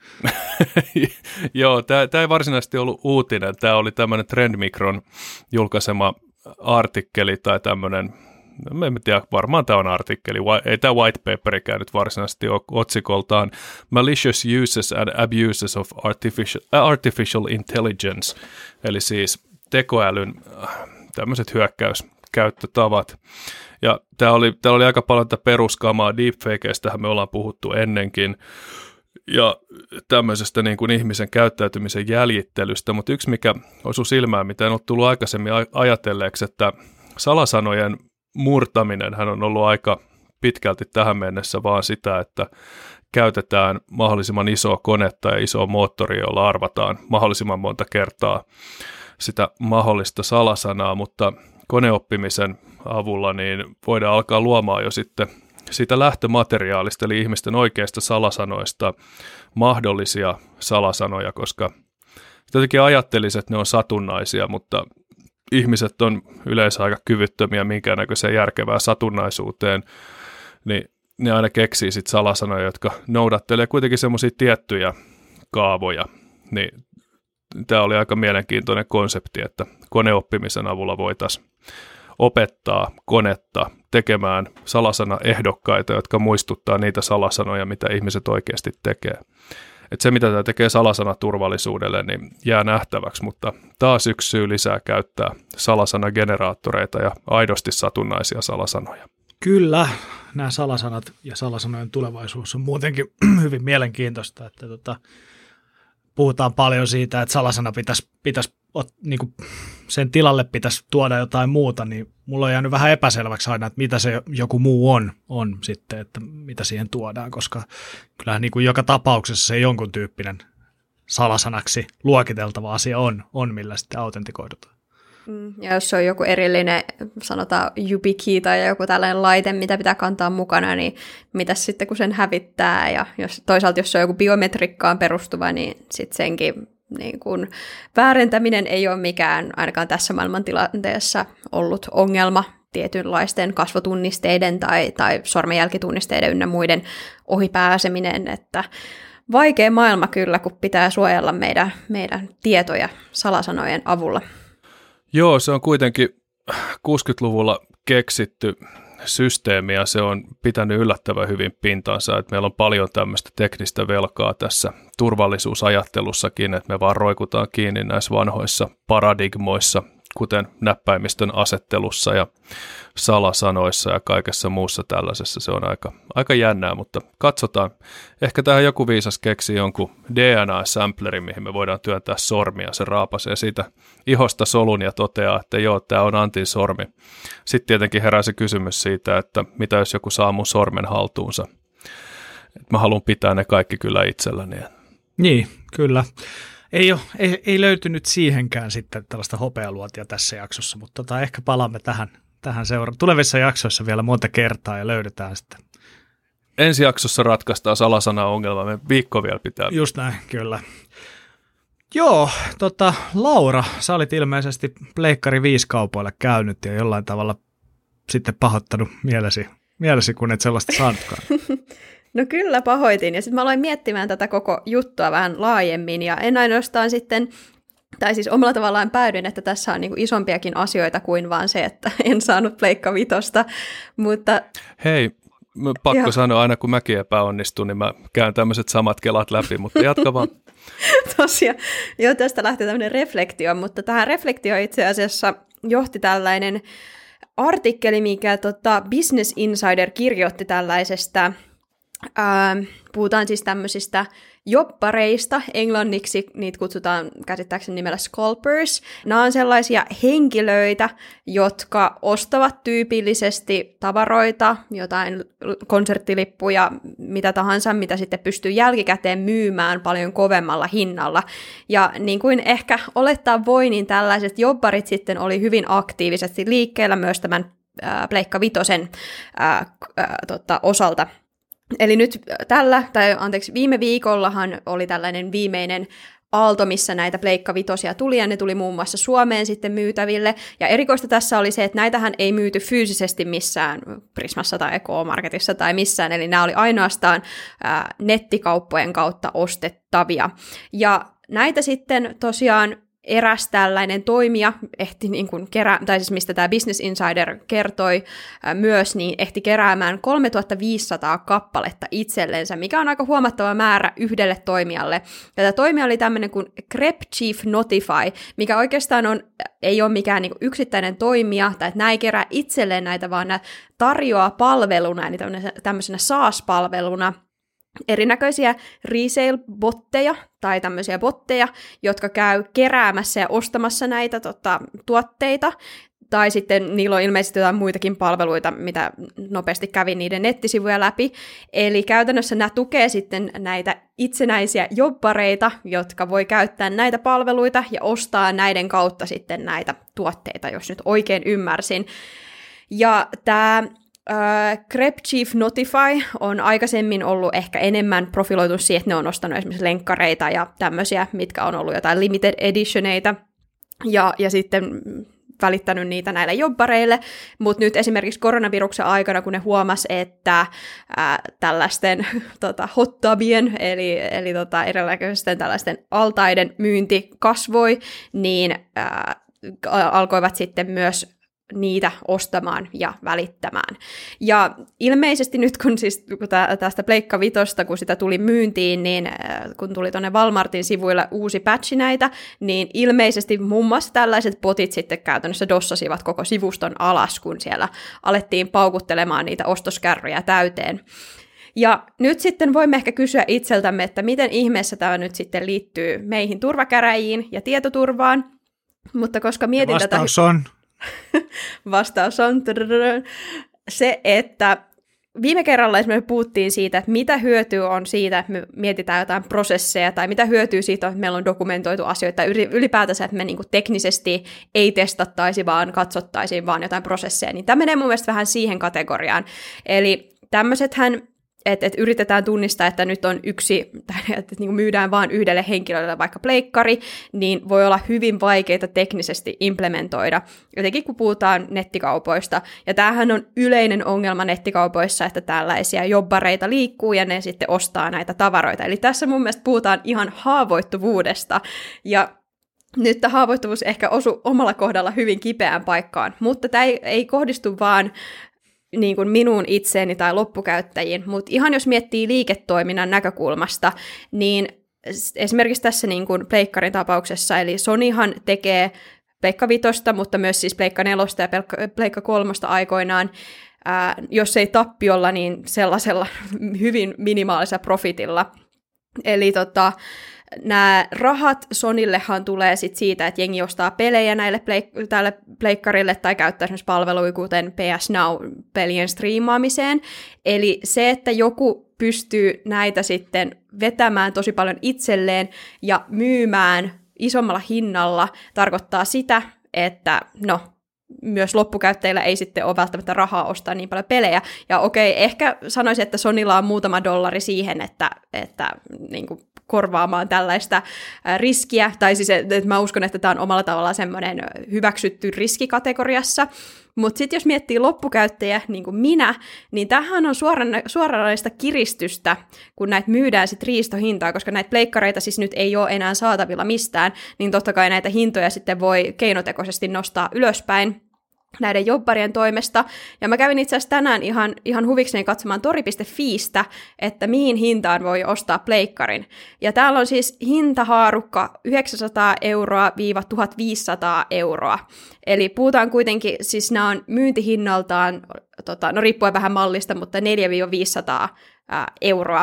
Joo, tämä ei varsinaisesti ollut uutinen, tämä oli tämmöinen Trendmicron julkaisema artikkeli tai tämmöinen, en tiedä, varmaan tämä on artikkeli, ei tämä white paperikään nyt varsinaisesti ole otsikoltaan, Malicious Uses and Abuses of Artificial Intelligence, eli siis tekoälyn tämmöiset hyökkäyskäyttötavat. Ja täällä oli aika paljon tätä peruskamaa, deepfakeistähän me ollaan puhuttu ennenkin, ja tämmöisestä niin kuin ihmisen käyttäytymisen jäljittelystä, mutta yksi mikä osui silmään, mitä en ole tullut aikaisemmin ajatelleeksi, että salasanojen murtaminen hän on ollut aika pitkälti tähän mennessä vaan sitä, että käytetään mahdollisimman isoa konetta ja isoa moottoria, jolla arvataan mahdollisimman monta kertaa sitä mahdollista salasanaa, mutta koneoppimisen avulla niin voidaan alkaa luomaan jo sitten siitä lähtömateriaalista, eli ihmisten oikeista salasanoista mahdollisia salasanoja, koska jotenkin ajattelisin, että ne on satunnaisia, mutta ihmiset on yleensä aika kyvyttömiä minkäännäköiseen järkevään satunnaisuuteen, niin ne aina keksii sitten salasanoja, jotka noudattelee kuitenkin semmoisia tiettyjä kaavoja, niin tämä oli aika mielenkiintoinen konsepti, että koneoppimisen avulla voitaisiin opettaa konetta tekemään salasanaehdokkaita, jotka muistuttaa niitä salasanoja, mitä ihmiset oikeasti tekee. Et se, mitä tämä tekee salasanaturvallisuudelle, niin jää nähtäväksi, mutta taas yksi syy lisää käyttää salasanageneraattoreita ja aidosti satunnaisia salasanoja. Kyllä, nämä salasanat ja salasanojen tulevaisuus on muutenkin hyvin mielenkiintoista, että puhutaan paljon siitä, että salasana pitäisi niin kuin sen tilalle pitäisi tuoda jotain muuta, niin mulla on jäänyt vähän epäselväksi aina, että mitä se joku muu on sitten, että mitä siihen tuodaan, koska kyllähän niin kuin joka tapauksessa se jonkun tyyppinen salasanaksi luokiteltava asia on millä sitten autentikoidutaan. Ja jos se on joku erillinen, sanotaan YubiKey tai joku tällainen laite, mitä pitää kantaa mukana, niin mitäs sitten kun sen hävittää, ja toisaalta jos se on joku biometrikkaan perustuva, niin sitten senkin niin kun väärentäminen ei ole mikään ainakaan tässä maailmantilanteessa ollut ongelma tietynlaisten kasvotunnisteiden tai sormenjälkitunnisteiden ynnä muiden ohipääseminen, että vaikea maailma kyllä, kun pitää suojella meidän tietoja salasanojen avulla. Joo, se on kuitenkin 60-luvulla keksitty systeemi ja se on pitänyt yllättävän hyvin pintansa, että meillä on paljon tämmöistä teknistä velkaa tässä turvallisuusajattelussakin, että me vaan roikutaan kiinni näissä vanhoissa paradigmoissa, kuten näppäimistön asettelussa ja salasanoissa ja kaikessa muussa tällaisessa. Se on aika jännää, mutta katsotaan. Ehkä tähän joku viisas keksii jonkun DNA-samplerin, mihin me voidaan työntää sormia. Se raapasee siitä ihosta solun ja toteaa, että joo, tämä on Antin sormi. Sitten tietenkin herää se kysymys siitä, että mitä jos joku saa mun sormen haltuunsa. Et mä haluan pitää ne kaikki kyllä itselläni. Niin, kyllä. Ei löytynyt siihenkään sitten tällaista hopealuotia tässä jaksossa, mutta ehkä palaamme tähän tulevissa jaksoissa vielä monta kertaa ja löydetään sitten. Ensi jaksossa ratkaistaan salasana-ongelma, me viikko vielä pitää. Just näin, kyllä. Joo, Laura, sä olit ilmeisesti Pleikkari 5-kaupoilla käynyt ja jollain tavalla sitten pahoittanut mielesi kun et sellaista saanutkaan. No kyllä pahoitin, ja sitten mä aloin miettimään tätä koko juttua vähän laajemmin, ja en ainoastaan sitten, tai siis omalla tavallaan päädyin, että tässä on niinku isompiakin asioita kuin vaan se, että en saanut Pleikka Vitosta, mutta... Hei, pakko sanoa, aina kun mäkin epäonnistun, niin mä käyn tämmöiset samat kelat läpi, mutta jatka vaan. Tosiaan, joo, tästä lähti tämmöinen reflektio, mutta tähän reflektioon itse asiassa johti tällainen artikkeli, mikä Business Insider kirjoitti tällaisesta... puhutaan siis tämmöisistä jobbareista, englanniksi niitä kutsutaan käsittääkseni nimellä scalpers. Nämä on sellaisia henkilöitä, jotka ostavat tyypillisesti tavaroita, jotain konserttilippuja, mitä tahansa, mitä sitten pystyy jälkikäteen myymään paljon kovemmalla hinnalla. Ja niin kuin ehkä olettaa voi, niin tällaiset jobbarit sitten oli hyvin aktiivisesti liikkeellä myös tämän Pleikka Vitosen osalta. Eli nyt viime viikollahan oli tällainen viimeinen aalto, missä näitä Pleikka Vitosia tuli, ja ne tuli muun muassa Suomeen sitten myytäville. Ja erikoista tässä oli se, että näitähän ei myyty fyysisesti missään Prismassa tai K-Marketissa tai missään, eli nämä oli ainoastaan nettikauppojen kautta ostettavia. Ja näitä sitten tosiaan eräs tällainen toimija ehti niin kuin tai siis mistä tämä Business Insider kertoi myös, niin ehti keräämään 3500 kappaletta itsellensä, mikä on aika huomattava määrä yhdelle toimijalle. Ja tämä toimija oli tämmöinen kuin Grepchief Notify, mikä oikeastaan ei ole mikään niin kuin yksittäinen toimija, tai että nämä ei kerää itselleen näitä, vaan nämä tarjoaa palveluna, eli tämmöisenä SaaS-palveluna, erinäköisiä resale-botteja tai tämmöisiä botteja, jotka käy keräämässä ja ostamassa näitä tuotteita, tai sitten niillä on ilmeisesti jotain muitakin palveluita, mitä nopeasti kävin niiden nettisivuja läpi. Eli käytännössä nämä tukee sitten näitä itsenäisiä jobbareita, jotka voi käyttää näitä palveluita ja ostaa näiden kautta sitten näitä tuotteita, jos nyt oikein ymmärsin. Ja tämä Grepchief Notify on aikaisemmin ollut ehkä enemmän profiloitu siihen, että ne on ostanut esimerkiksi lenkkareita ja tämmöisiä, mitkä on ollut jotain limited editioneita, ja sitten välittänyt niitä näille jobbareille, mutta nyt esimerkiksi koronaviruksen aikana, kun ne huomasi, että tällaisten hot tubien, eli erilaisten tällaisten altaiden myynti kasvoi, niin alkoivat sitten myös niitä ostamaan ja välittämään. Ja ilmeisesti nyt, kun tästä Pleikka Vitosta, kun sitä tuli myyntiin, niin kun tuli tuonne Walmartin sivuille uusi patchi näitä, niin ilmeisesti muun muassa tällaiset botit sitten käytännössä dossasivat koko sivuston alas, kun siellä alettiin paukuttelemaan niitä ostoskärryjä täyteen. Ja nyt sitten voimme ehkä kysyä itseltämme, että miten ihmeessä tämä nyt sitten liittyy meihin turvakäräjiin ja tietoturvaan. Mutta koska mietin vastaus on? Vastaus on se, että viime kerralla esimerkiksi puhuttiin siitä, että mitä hyötyä on siitä, että me mietitään jotain prosesseja, tai mitä hyötyä siitä on, että meillä on dokumentoitu asioita, ylipäätänsä, että me niinku teknisesti ei testattaisi, vaan katsottaisiin vaan jotain prosesseja, niin tämä menee mun mielestä vähän siihen kategoriaan. Eli tämmöisethän, että yritetään tunnistaa, että nyt on yksi, tai että niin myydään vain yhdelle henkilölle vaikka pleikkari, niin voi olla hyvin vaikeita teknisesti implementoida, jotenkin kun puhutaan nettikaupoista. Ja tämähän on yleinen ongelma nettikaupoissa, että tällaisia jobbareita liikkuu ja ne sitten ostaa näitä tavaroita. Eli tässä mun mielestä puhutaan ihan haavoittuvuudesta, ja nyt tämä haavoittuvuus ehkä osui omalla kohdalla hyvin kipeään paikkaan, mutta tämä ei kohdistu vaan niin kuin minuun itseeni tai loppukäyttäjiin, mutta ihan jos miettii liiketoiminnan näkökulmasta, niin esimerkiksi tässä niin kuin pleikkarin tapauksessa, eli Sonyhan tekee Pleikka 5, mutta myös siis Pleikka 4 ja Pleikka 3 aikoinaan, jos ei tappiolla, niin sellaisella hyvin minimaalisella profitilla. Eli nämä rahat Sonillehan tulee sit siitä, että jengi ostaa pelejä tälle pleikkarille tai käyttää esimerkiksi palveluja, kuten PS Now-pelien striimaamiseen. Eli se, että joku pystyy näitä sitten vetämään tosi paljon itselleen ja myymään isommalla hinnalla, tarkoittaa sitä, että myös loppukäyttäjillä ei sitten ole välttämättä rahaa ostaa niin paljon pelejä. Ja okei, ehkä sanoisin, että Sonylla on muutama dollari siihen, että niin kuin korvaamaan tällaista riskiä, tai siis että mä uskon, että tämä on omalla tavallaan semmoinen hyväksytty riskikategoriassa, mutta sitten jos miettii loppukäyttäjä, niin kuin minä, niin tämähän on suoranaista kiristystä, kun näitä myydään sitten riistohintaa, koska näitä pleikkareita siis nyt ei ole enää saatavilla mistään, niin totta kai näitä hintoja sitten voi keinotekoisesti nostaa ylöspäin näiden jobbarien toimesta. Ja mä kävin itse asiassa tänään ihan huvikseni katsomaan tori.fiistä, että mihin hintaan voi ostaa pleikkarin. Ja täällä on siis hintahaarukka 900 euroa - 1500 euroa. Eli puhutaan kuitenkin, siis nämä on myyntihinnaltaan, riippuen vähän mallista, mutta 400 - 500 euroa.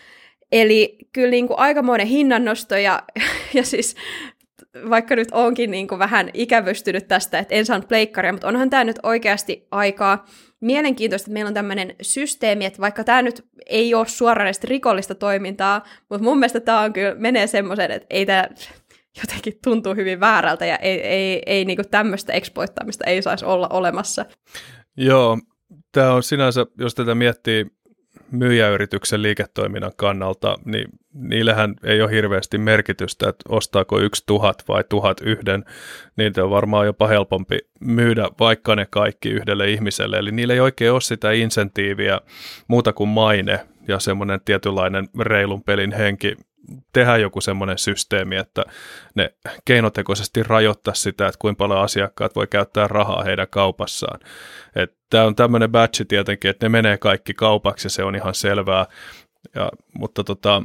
Eli kyllä niin kuin aikamoinen hinnannosto ja siis vaikka nyt onkin niin kuin vähän ikävystynyt tästä, että en saanut pleikkaria, mutta onhan tämä nyt oikeasti aikaa mielenkiintoista, että meillä on tämmöinen systeemi, että vaikka tämä nyt ei ole suoranaisesti rikollista toimintaa, mutta mun mielestä tämä on kyllä, menee semmoisen, että ei tämä jotenkin tuntuu hyvin väärältä ja ei niin kuin tämmöistä exploittaamista ei saisi olla olemassa. Joo, tämä on sinänsä, jos tätä miettii myyjäyrityksen liiketoiminnan kannalta, niin niillähän ei ole hirveästi merkitystä, että ostaako 1000 vai 1001, niitä on varmaan jopa helpompi myydä vaikka ne kaikki yhdelle ihmiselle, eli niillä ei oikein ole sitä insentiiviä muuta kuin maine ja semmoinen tietynlainen reilun pelin henki, tehdä joku semmoinen systeemi, että ne keinotekoisesti rajoittaa sitä, että kuinka paljon asiakkaat voi käyttää rahaa heidän kaupassaan. Tämä on tämmöinen batchi tietenkin, että ne menee kaikki kaupaksi ja se on ihan selvää, mutta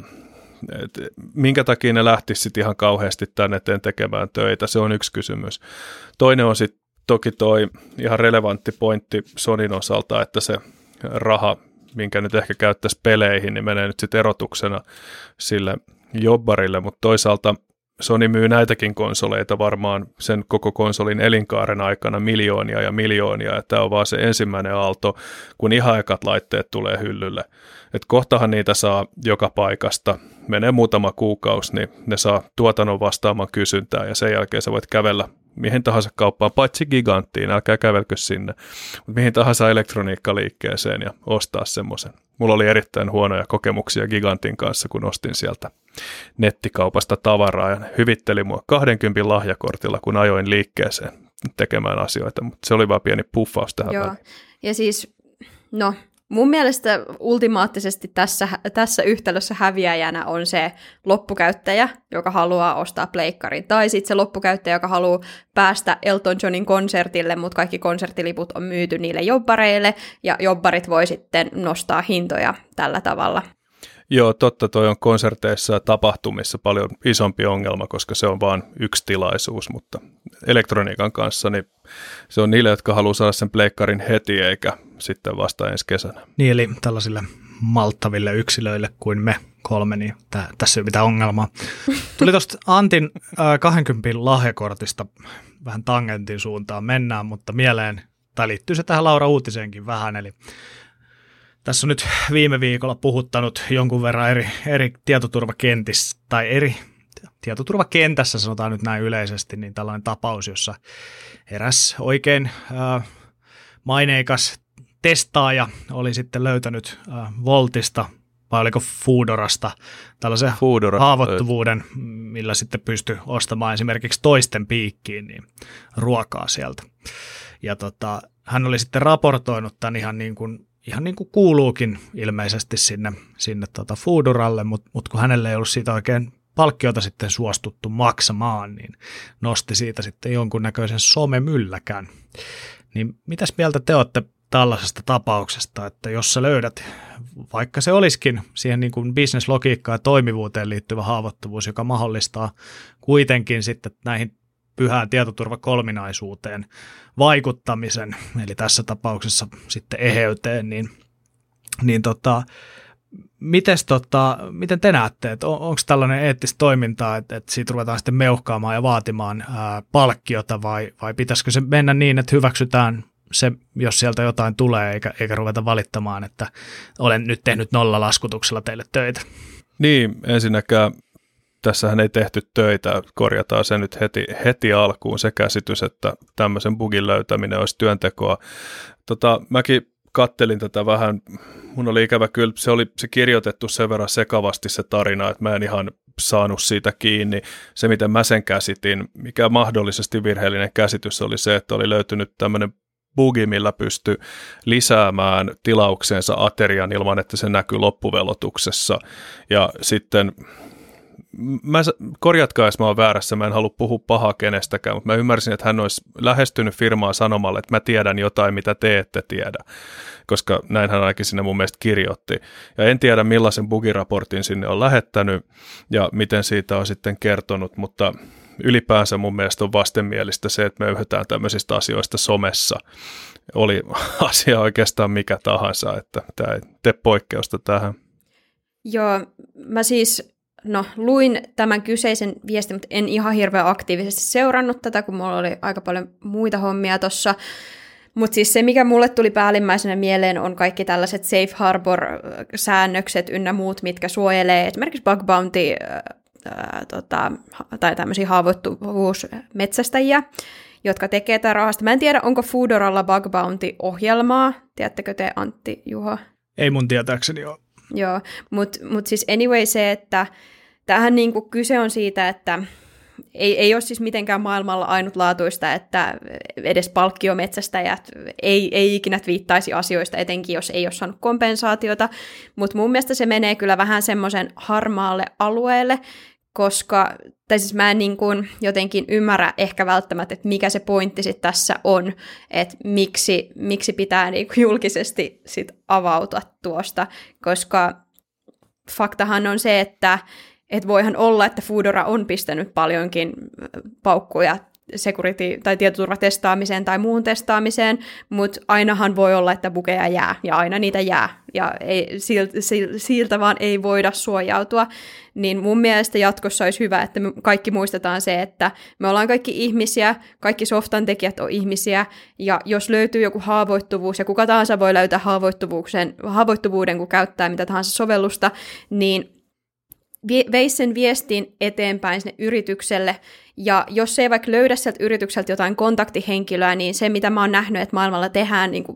minkä takia ne lähtisivät sitten ihan kauheasti tänne eteen tekemään töitä, se on yksi kysymys. Toinen on sitten toki toi ihan relevantti pointti Sonyn osalta, että se raha, minkä nyt ehkä käyttäisi peleihin, niin menee nyt sitten erotuksena sille jobbarille, mutta toisaalta Sony myy näitäkin konsoleita varmaan sen koko konsolin elinkaaren aikana miljoonia ja miljoonia, ja tämä on vaan se ensimmäinen aalto, kun ihan ekat laitteet tulee hyllylle. Et kohtahan niitä saa joka paikasta, menee muutama kuukausi, niin ne saa tuotannon vastaamaan kysyntää, ja sen jälkeen sä voit kävellä mihin tahansa kauppaan, paitsi Giganttiin, älkää kävelkö sinne, mutta mihin tahansa elektroniikkaliikkeeseen ja ostaa semmoisen. Mulla oli erittäin huonoja kokemuksia Gigantin kanssa, kun ostin sieltä nettikaupasta tavaraa ja hyvitteli mua 20 lahjakortilla, kun ajoin liikkeeseen tekemään asioita, mutta se oli vaan pieni puffaus tähän väliin. Ja siis, mun mielestä ultimaattisesti tässä yhtälössä häviäjänä on se loppukäyttäjä, joka haluaa ostaa pleikkarin, tai sitten se loppukäyttäjä, joka haluaa päästä Elton Johnin konsertille, mutta kaikki konserttiliput on myyty niille jobbareille, ja jobbarit voi sitten nostaa hintoja tällä tavalla. Joo, totta, toi on konserteissa ja tapahtumissa paljon isompi ongelma, koska se on vain yksi tilaisuus, mutta elektroniikan kanssa niin se on niille, jotka haluaa saada sen pleikkarin heti eikä sitten vasta ensi kesänä. Niin, eli tällaisille malttaville yksilöille kuin me 3, niin tässä ei ole mitään ongelmaa. Tuli tuosta Antin 20 lahjakortista vähän tangentin suuntaan mennään, mutta mieleen, tai liittyy se tähän Laura uutiseenkin vähän, eli tässä on nyt viime viikolla puhuttanut jonkun verran eri tietoturvakentissä, tai eri tietoturvakentässä, sanotaan nyt näin yleisesti, niin tällainen tapaus, jossa eräs oikein maineikas testaaja oli sitten löytänyt Voltista, vai oliko Foodorasta, tällaisen haavoittuvuuden, millä sitten pystyi ostamaan esimerkiksi toisten piikkiin niin ruokaa sieltä. Ja hän oli sitten raportoinut tämän ihan niin kuin kuuluukin ilmeisesti sinne Foodoralle, mutta kun hänelle ei ollut siitä oikein palkkiota sitten suostuttu maksamaan, niin nosti siitä sitten jonkunnäköisen somemylläkään. Niin mitäs mieltä te olette tällaisesta tapauksesta, että jos sä löydät, vaikka se olisikin siihen niin kuin business-logiikkaan ja toimivuuteen liittyvä haavoittuvuus, joka mahdollistaa kuitenkin sitten näihin pyhään tietoturvakolminaisuuteen vaikuttamisen, eli tässä tapauksessa sitten eheyteen, niin miten te näette, että onko tällainen eettistä toimintaa, että siitä ruvetaan sitten meuhkaamaan ja vaatimaan palkkiota vai pitäisikö se mennä niin, että hyväksytään se, jos sieltä jotain tulee, eikä ruveta valittamaan, että olen nyt tehnyt nollalaskutuksella teille töitä? Niin, ensinnäkään tässähän ei tehty töitä, korjataan se nyt heti alkuun se käsitys, että tämmöisen bugin löytäminen olisi työntekoa. Mäkin kattelin tätä vähän, mun oli ikävä kyllä, se oli se kirjoitettu sen verran sekavasti se tarina, että mä en ihan saanut siitä kiinni. Se, miten mä sen käsitin, mikä mahdollisesti virheellinen käsitys oli se, että oli löytynyt tämmöinen bugi, millä pystyi lisäämään tilaukseensa aterian ilman, että se näkyy loppuvelotuksessa. Ja sitten, korjatkaa, jos mä oon väärässä, mä en halua puhua pahaa kenestäkään, mutta mä ymmärsin, että hän olisi lähestynyt firmaa sanomalla, että mä tiedän jotain, mitä te ette tiedä, koska näin hän ainakin sinne mun mielestä kirjoitti. Ja en tiedä, millaisen bugiraportin sinne on lähettänyt ja miten siitä on sitten kertonut, mutta ylipäänsä mun mielestä on vastenmielistä se, että me yhdetään tämmöisistä asioista somessa. Oli asia oikeastaan mikä tahansa, että tämä ei tee poikkeusta tähän. Joo, mä siis luin tämän kyseisen viestin, mutta en ihan hirveän aktiivisesti seurannut tätä, kun mulla oli aika paljon muita hommia tuossa. Mutta siis se, mikä mulle tuli päällimmäisenä mieleen, on kaikki tällaiset safe harbor-säännökset ynnä muut, mitkä suojelee esimerkiksi bug bounty tai tämmöisiä haavoittuvuusmetsästäjiä, jotka tekee tätä rahasta. Mä en tiedä, onko Foodoralla bug bounty-ohjelmaa. Tiedättekö te, Antti, Juho? Ei mun tietääkseni ole. Joo, mutta siis anyway se, että tämähän niinku kyse on siitä, että ei ole siis mitenkään maailmalla ainutlaatuista, että edes palkkiometsästäjät ei ikinä twiittaisi asioista, etenkin jos ei ole saanut kompensaatiota, mutta mun mielestä se menee kyllä vähän semmoisen harmaalle alueelle, koska, tai siis mä en niin kuin jotenkin ymmärrä ehkä välttämättä, että mikä se pointti sitten tässä on, että miksi pitää niin kuin julkisesti sit avautua tuosta, koska faktahan on se, että voihan olla, että Foodora on pistänyt paljonkin paukkuja security- tai tietoturvatestaamiseen tai muuhun testaamiseen, mutta ainahan voi olla, että bugeja jää, ja aina niitä jää, ja siltä vaan ei voida suojautua. Niin mun mielestä jatkossa olisi hyvä, että me kaikki muistetaan se, että me ollaan kaikki ihmisiä, kaikki softan tekijät on ihmisiä, ja jos löytyy joku haavoittuvuus, ja kuka tahansa voi löytää haavoittuvuuden, kun käyttää mitä tahansa sovellusta, niin veisi sen viestin eteenpäin sinne yritykselle, ja jos ei vaikka löydä sieltä yritykseltä jotain kontaktihenkilöä, niin se, mitä mä oon nähnyt, että maailmalla tehdään niin kuin,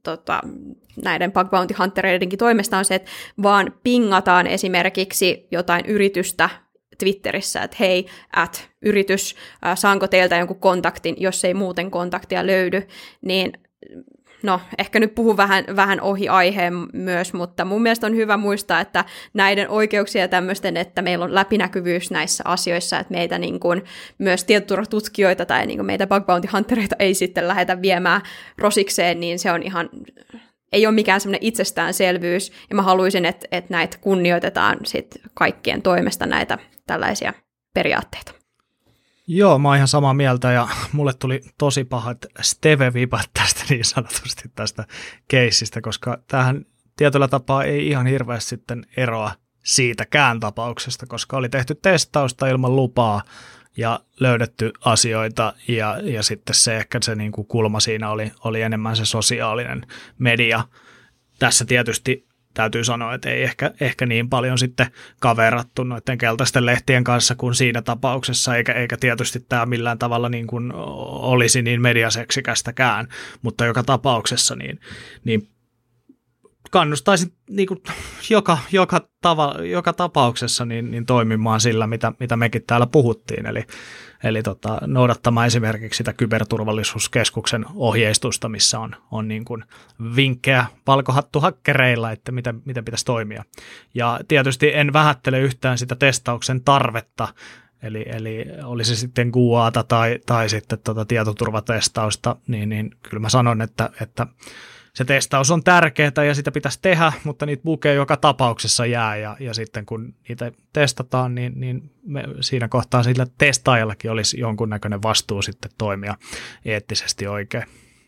näiden bug bounty huntereidenkin toimesta, on se, että vaan pingataan esimerkiksi jotain yritystä Twitterissä, että hei, @yritys, saanko teiltä jonkun kontaktin, jos ei muuten kontaktia löydy, niin ehkä nyt puhun vähän ohi aiheen myös, mutta mun mielestä on hyvä muistaa, että näiden oikeuksia ja tämmöisten, että meillä on läpinäkyvyys näissä asioissa, että meitä niin kuin myös tietoturvatutkijoita tai niin kuin meitä bug bounty huntereita ei sitten lähdetä viemään rosikseen, niin se on ihan, ei ole mikään semmoinen itsestäänselvyys, ja mä haluaisin, että näitä kunnioitetaan sit kaikkien toimesta näitä tällaisia periaatteita. Joo, mä oon ihan samaa mieltä, ja mulle tuli tosi pahat Steve-vipat tästä niin sanotusti tästä keissistä, koska tämähän tietyllä tapaa ei ihan hirveästi sitten eroa siitäkään tapauksesta, koska oli tehty testausta ilman lupaa ja löydetty asioita ja sitten se ehkä se niin kuin kulma siinä oli enemmän se sosiaalinen media. Tässä tietysti täytyy sanoa, että ei ehkä niin paljon sitten kaverattu noiden keltaisten lehtien kanssa kuin siinä tapauksessa, eikä tietysti tämä millään tavalla niin kuin olisi niin mediaseksikästäkään, mutta joka tapauksessa niin kannustaisin niin kuin joka tapauksessa niin toimimaan sillä, mitä mekin täällä puhuttiin, eli noudattamaan esimerkiksi sitä Kyberturvallisuuskeskuksen ohjeistusta, missä on niin kuin vinkkejä valkohattuhakkereilla, että miten pitäisi toimia. Ja tietysti en vähättele yhtään sitä testauksen tarvetta, eli oli se sitten QA:ta tai sitten tietoturvatestausta, niin kyllä mä sanon, että se testaus on tärkeää ja sitä pitäisi tehdä, mutta niitä bugeja joka tapauksessa jää ja sitten kun niitä testataan, niin siinä kohtaa sillä testaajallakin olisi jonkunnäköinen vastuu sitten toimia eettisesti oikein.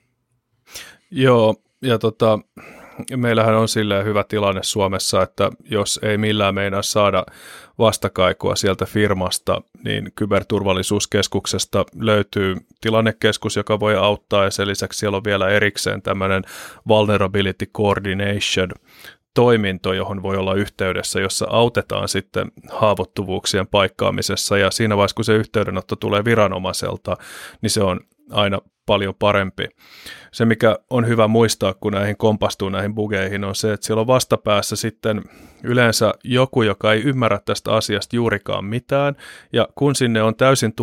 Joo, ja meillähän on silleen hyvä tilanne Suomessa, että jos ei millään meinaa saada vastakaikua sieltä firmasta, niin Kyberturvallisuuskeskuksesta löytyy tilannekeskus, joka voi auttaa, ja sen lisäksi siellä on vielä erikseen tämmöinen Vulnerability Coordination toiminto, johon voi olla yhteydessä, jossa autetaan sitten haavoittuvuuksien paikkaamisessa, ja siinä vaiheessa, kun se yhteydenotto tulee viranomaiselta, niin se on aina paljon parempi. Se, mikä on hyvä muistaa, kun näihin kompastuu näihin bugeihin, on se, että siellä on vastapäässä sitten yleensä joku, joka ei ymmärrä tästä asiasta juurikaan mitään, ja kun sinne on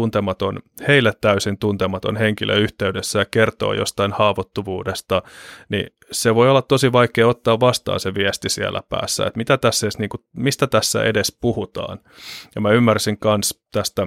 heille täysin tuntematon henkilö yhteydessä ja kertoo jostain haavoittuvuudesta, niin se voi olla tosi vaikea ottaa vastaan se viesti siellä päässä, että mistä tässä edes puhutaan. Ja mä ymmärsin myös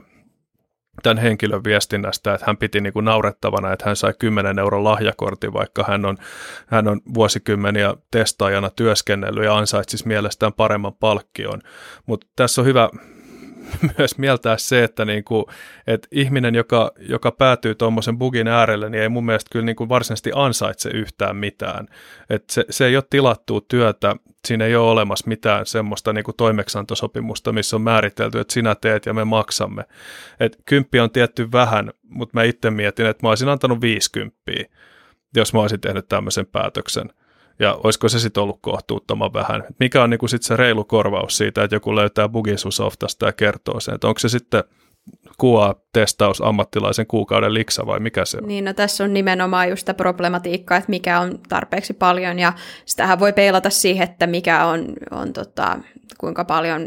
tämän henkilön viestinnästä, että hän piti niin kuin naurettavana, että hän sai 10 € lahjakortin, vaikka hän on vuosikymmeniä testaajana työskennellyt ja ansaitsisi mielestään paremman palkkion. Mutta tässä on hyvä myös mieltää se, että ihminen, joka päätyy tuommoisen bugin äärelle, niin ei mun mielestä kyllä niin kuin varsinaisesti ansaitse yhtään mitään. Et se ei ole tilattua työtä, siinä ei ole olemassa mitään semmoista niin kuin toimeksiantosopimusta, missä on määritelty, että sinä teet ja me maksamme. 10 on tietty vähän, mutta mä itse mietin, että mä olisin antanut 50, jos mä olisin tehnyt tämmöisen päätöksen. Ja olisiko se sitten ollut kohtuuttoman vähän? Mikä on niinku sit se reilu korvaus siitä, että joku löytää bugin sun softasta ja kertoo sen? Että onko se sitten QA-testaus ammattilaisen kuukauden liksa vai mikä se on? Niin, no tässä on nimenomaan just sitä problematiikkaa, että mikä on tarpeeksi paljon ja sitähän voi peilata siihen, että mikä on kuinka paljon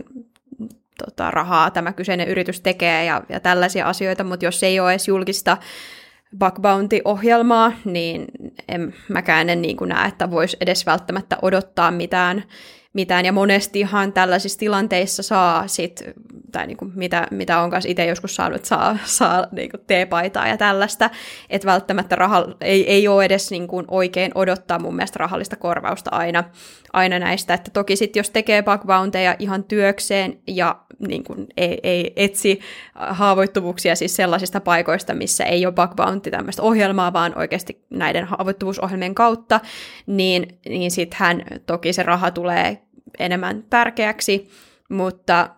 rahaa tämä kyseinen yritys tekee ja tällaisia asioita, mutta jos ei ole edes julkista bug bounty-ohjelmaa, niin en mäkään niin kuin näe, että voisi edes välttämättä odottaa mitään. Ja monestihan tällaisissa tilanteissa saa tai niin kuin mitä on kanssa itse joskus saanut, että saa niin kuin teepaitaa ja tällaista, että välttämättä ei ole edes niin kuin oikein odottaa mun mielestä rahallista korvausta aina näistä, että toki sitten jos tekee bug bountyja ihan työkseen ja niin kuin ei etsi haavoittuvuuksia siis sellaisista paikoista, missä ei ole bug bounty tämmöistä ohjelmaa, vaan oikeasti näiden haavoittuvuusohjelmien kautta, niin sittenhän toki se raha tulee enemmän tärkeäksi, mutta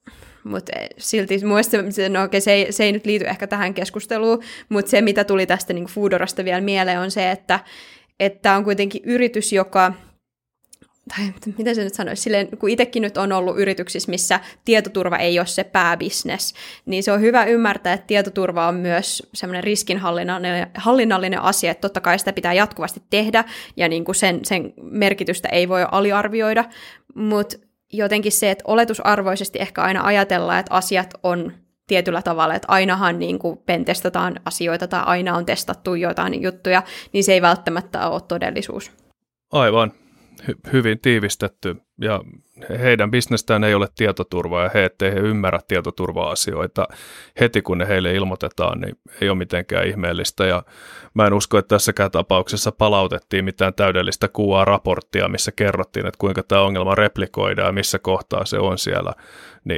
silti se ei nyt liity ehkä tähän keskusteluun, mutta se mitä tuli tästä niin Foodorasta vielä mieleen on se, että on kuitenkin yritys, joka tai miten se nyt sanoisi, silleen, kun itsekin nyt on ollut yrityksissä, missä tietoturva ei ole se pääbisnes, niin se on hyvä ymmärtää, että tietoturva on myös semmoinen riskinhallinnallinen asia, että totta kai sitä pitää jatkuvasti tehdä, ja niin kuin sen merkitystä ei voi aliarvioida, mutta jotenkin se, että oletusarvoisesti ehkä aina ajatellaan, että asiat on tietyllä tavalla, että ainahan niin kuin pentestataan asioita tai aina on testattu jotain juttuja, niin se ei välttämättä ole todellisuus. Aivan. Hyvin tiivistetty, ja heidän bisnestään ei ole tietoturvaa, ja ettei he ymmärrä tietoturva-asioita heti, kun ne heille ilmoitetaan, niin ei ole mitenkään ihmeellistä, ja mä en usko, että tässäkään tapauksessa palautettiin mitään täydellistä QA-raporttia, missä kerrottiin, että kuinka tämä ongelma replikoidaan ja missä kohtaa se on siellä, niin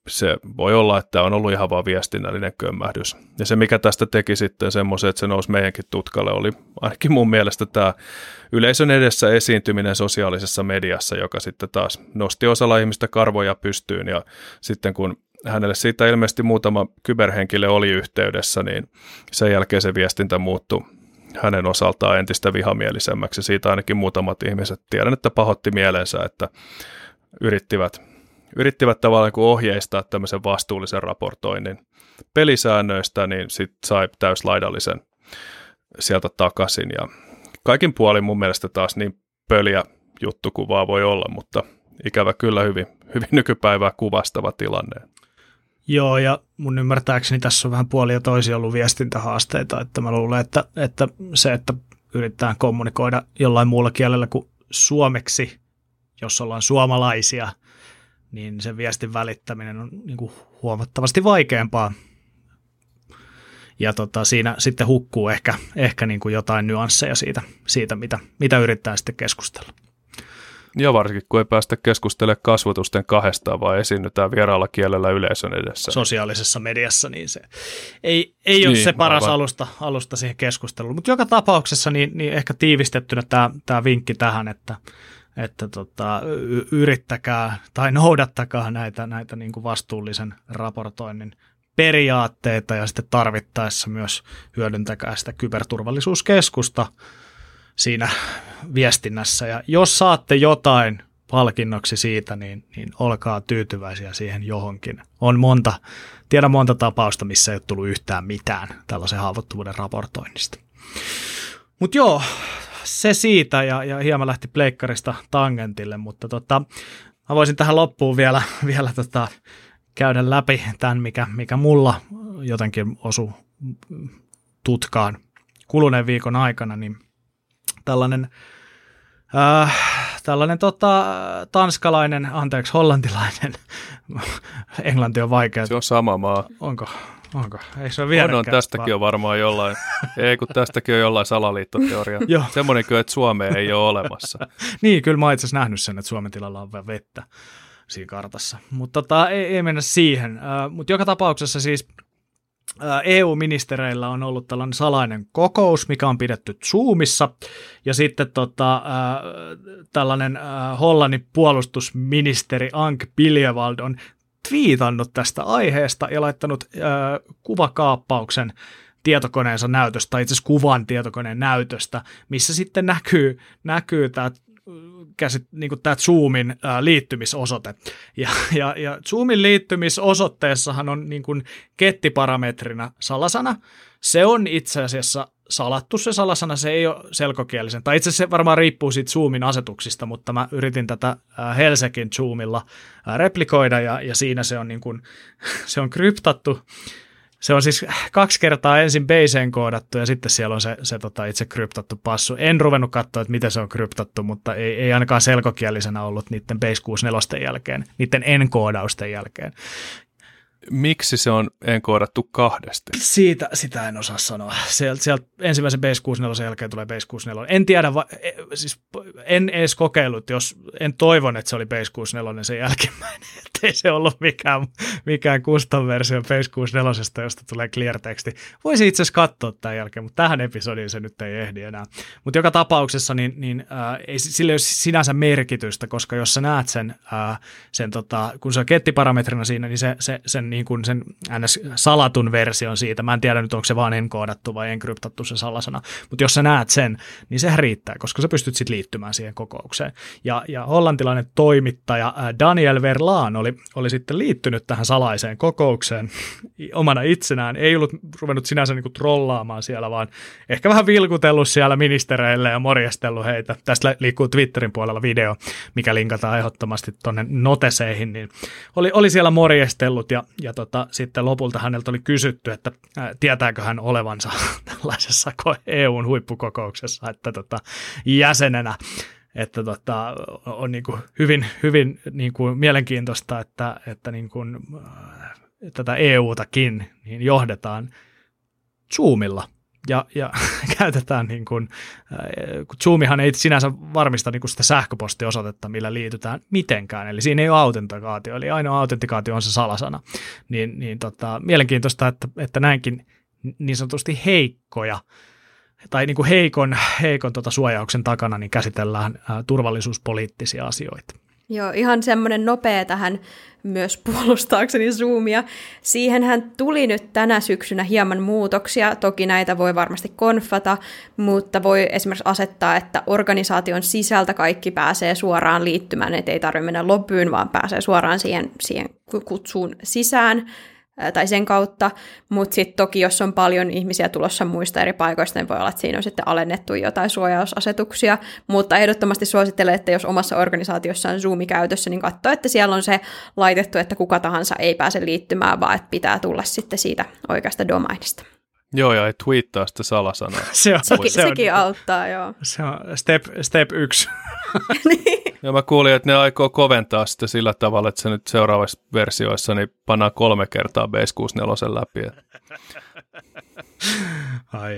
se voi olla, että on ollut ihan vaan viestinnällinen kömmähdys. Ja se, mikä tästä teki sitten semmoisen, että se nousi meidänkin tutkalle, oli ainakin mun mielestä tämä yleisön edessä esiintyminen sosiaalisessa mediassa, joka sitten taas nosti osalla ihmistä karvoja pystyyn. Ja sitten kun hänelle siitä ilmeisesti muutama kyberhenkilö oli yhteydessä, niin sen jälkeen se viestintä muuttui hänen osaltaan entistä vihamielisemmäksi. Siitä ainakin muutamat ihmiset tiedän, että pahoitti mielensä, että yrittivät tavallaan ohjeistaa tämmöisen vastuullisen raportoinnin pelisäännöistä, niin sitten sai täyslaidallisen sieltä takaisin. Ja kaikin puolin mun mielestä taas niin pöliä juttu kuin vaan voi olla, mutta ikävä kyllä hyvin nykypäivää kuvastava tilanne. Joo, ja mun ymmärtääkseni tässä on vähän puolia ja toisia ollut viestintähaasteita, että mä luulen, että se, että yritetään kommunikoida jollain muulla kielellä kuin suomeksi, jos ollaan suomalaisia, niin sen viestin välittäminen on niin kuin huomattavasti vaikeampaa. Ja siinä sitten hukkuu ehkä niin kuin jotain nyansseja siitä mitä yrittää sitten keskustella. Ja varsinkin, kun ei päästä keskustelemaan kasvotusten kahdestaan, vaan esiinnytään vieraalla kielellä yleisön edessä. Sosiaalisessa mediassa, niin se ei ole se paras alusta siihen keskusteluun. Mutta joka tapauksessa niin ehkä tiivistettynä tämä vinkki tähän, että yrittäkää tai noudattakaa näitä niin kuin vastuullisen raportoinnin periaatteita ja sitten tarvittaessa myös hyödyntäkää sitä kyberturvallisuuskeskusta siinä viestinnässä. Ja jos saatte jotain palkinnoksi siitä, niin olkaa tyytyväisiä siihen johonkin. Tiedän monta tapausta, missä ei ole tullut yhtään mitään tällaisen haavoittuvuuden raportoinnista. Mutta joo, se siitä ja hieman lähti pleikkarista tangentille, mutta mä voisin tähän loppuun vielä käydä läpi tämän, mikä mulla jotenkin osui tutkaan kuluneen viikon aikana, niin hollantilainen, englanti on vaikea. Se on sama maa. Onko? Ei se ole vierekkäin. On, tästäkin on varmaan jollain, kun tästäkin on jollain salaliittoteoria. Semmoinen kyllä, että Suomea ei ole olemassa. Niin, kyllä mä oon itse asiassa nähnyt sen, että Suomen tilalla on vähän vettä siinä kartassa. Mutta ei mennä siihen. Mutta joka tapauksessa siis EU-ministereillä on ollut tällainen salainen kokous, mikä on pidetty Zoomissa, ja sitten tällainen Hollannin puolustusministeri Ank Biljevald on twiitannut tästä aiheesta ja laittanut kuvakaappauksen tietokoneensa näytöstä, tai itse asiassa kuvan tietokoneen näytöstä, missä sitten näkyy tämä niin tämä Zoomin liittymisosoite. Ja Zoomin liittymisosoitteessahan on niin kuin kettiparametrina salasana. Se on itse asiassa salattu se salasana, se ei ole selkokielisen. Tai itse asiassa se varmaan riippuu siitä Zoomin asetuksista, mutta mä yritin tätä Helsekin Zoomilla replikoida ja siinä se on, niin kuin, se on kryptattu. Se on siis 2 kertaa ensin baseen koodattu ja sitten siellä on se itse kryptattu passu. En ruvennut katsoa, että miten se on kryptattu, mutta ei ainakaan selkokielisenä ollut niiden base 64 jälkeen, niiden enkoodausten jälkeen. Miksi se on enkoodattu 2? Sitä en osaa sanoa. Sieltä ensimmäisen base 64 jälkeen tulee base 64. En tiedä, siis en edes kokeillut, en toivon, että se oli base 64 sen jälkimmäinen. Ei se ollut mikään custom-versio base 64, josta tulee clear-teksti. Voisi itse asiassa katsoa tämän jälkeen, mutta tähän episodiin se nyt ei ehdi enää. Mutta joka tapauksessa niin ei sillä ole sinänsä merkitystä, koska jos sä näet sen kun se on kettiparametrina siinä, niin sen niin kuin sen salatun version siitä, mä en tiedä nyt, onko se vaan enkoodattu vai enkryptattu se salasana, mutta jos sä näet sen, niin sehän riittää, koska sä pystyt sitten liittymään siihen kokoukseen. Ja hollantilainen toimittaja Daniel Verlaan oli sitten liittynyt tähän salaiseen kokoukseen omana itsenään, ei ollut ruvennut sinänsä niin kuin trollaamaan siellä, vaan ehkä vähän vilkutellut siellä ministereille ja morjestellut heitä. Tästä liikkuu Twitterin puolella video, mikä linkataan ehdottomasti tuonne noteseihin, niin oli siellä morjestellut ja sitten lopulta häneltä oli kysytty, että tietääkö hän olevansa tällaisessa EUn huippukokouksessa, että jäsenenä, että on niin kuin hyvin niin kuin mielenkiintoista, että niin kuin, tätä EUtakin niin johdetaan Zoomilla. ja käytetään niin kuin, kun Zoomihan ei sinänsä varmista niin kuin sitä sähköpostiosoitetta, millä liitytään mitenkään, eli siinä ei ole autentikaatio, eli ainoa autentikaatio on se salasana. Mielenkiintoista, että näinkin niin sanotusti heikkoja, tai niin kuin heikon suojauksen takana niin käsitellään turvallisuuspoliittisia asioita. Joo, ihan semmoinen nopea tähän myös puolustaakseni Zoomia. Siihenhän tuli nyt tänä syksynä hieman muutoksia. Toki näitä voi varmasti konfata, mutta voi esimerkiksi asettaa, että organisaation sisältä kaikki pääsee suoraan liittymään, että ei tarvitse mennä lobbyyn, vaan pääsee suoraan siihen kutsuun sisään tai sen kautta, mutta sitten toki jos on paljon ihmisiä tulossa muista eri paikoista, niin voi olla, että siinä on sitten alennettu jotain suojausasetuksia, mutta ehdottomasti suosittelen, että jos omassa organisaatiossa on Zoom käytössä, niin katso, että siellä on se laitettu, että kuka tahansa ei pääse liittymään, vaan että pitää tulla sitten siitä oikeasta domainista. Joo, ja ei twiittaa sitä salasanaa. Sekin auttaa, joo. Se on step 1. Niin. Ja mä kuulin, että ne aikoo koventaa sitä sillä tavalla, että se nyt seuraavassa versioissa niin pannaan 3 kertaa Base 64 läpi. Ai.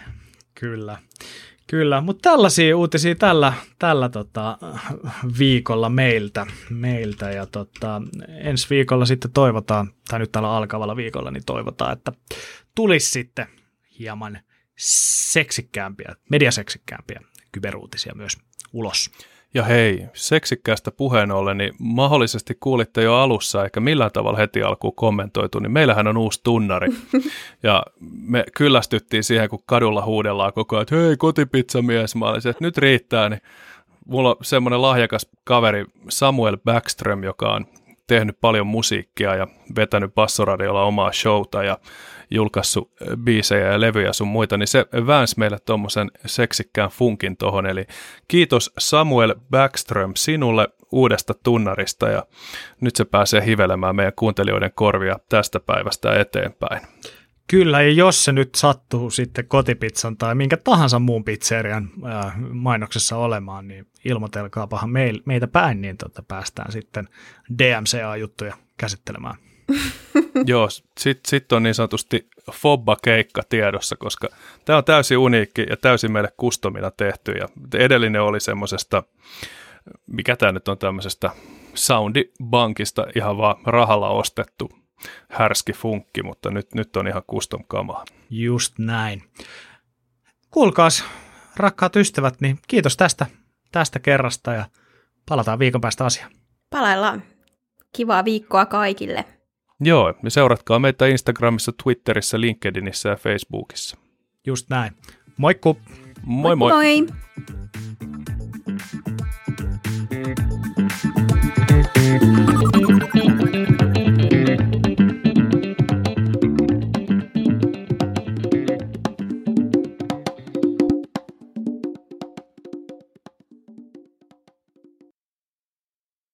Kyllä, mutta tällaisia uutisia tällä viikolla meiltä ja ensi viikolla sitten toivotaan, tai nyt tällä alkavalla viikolla, niin toivotaan, että tulisi sitten hieman mediaseksikkäämpiä kyberuutisia myös ulos. Ja hei, seksikkäästä puheen ollen, niin mahdollisesti kuulitte jo alussa, eikä millään tavalla heti alkuun kommentoitu, niin meillähän on uusi tunnari. Ja me kyllästyttiin siihen, kun kadulla huudellaan koko ajan, että hei, kotipizzamies, mä olisin, että nyt riittää. Niin mulla on semmoinen lahjakas kaveri Samuel Backström, joka on tehnyt paljon musiikkia ja vetänyt bassoradiolla omaa showta ja julkaissut biisejä ja levyjä sun muita, niin se väänsi meille tommosen seksikkään funkin tohon, eli kiitos Samuel Backström sinulle uudesta tunnarista, ja nyt se pääsee hivelemään meidän kuuntelijoiden korvia tästä päivästä eteenpäin. Kyllä, ja jos se nyt sattuu sitten kotipizzan tai minkä tahansa muun pizzerian mainoksessa olemaan, niin ilmoitelkaapahan meitä päin, niin päästään sitten DMCA-juttuja käsittelemään. Joo, sit on niin sanotusti Fobba-keikka tiedossa, koska tämä on täysin uniikki ja täysin meille customina tehty, ja edellinen oli semmosesta, mikä tämä nyt on, tämmöisestä soundibankista ihan vaan rahalla ostettu härski funkki, mutta nyt on ihan custom kamaa. Just näin. Kuulkaas, rakkaat ystävät, niin kiitos tästä kerrasta ja palataan viikon päästä asiaan. Palaillaan. Kivaa viikkoa kaikille. Joo, ja seuratkaa meitä Instagramissa, Twitterissä, LinkedInissä ja Facebookissa. Just näin. Moikku! Moi moi! Moi!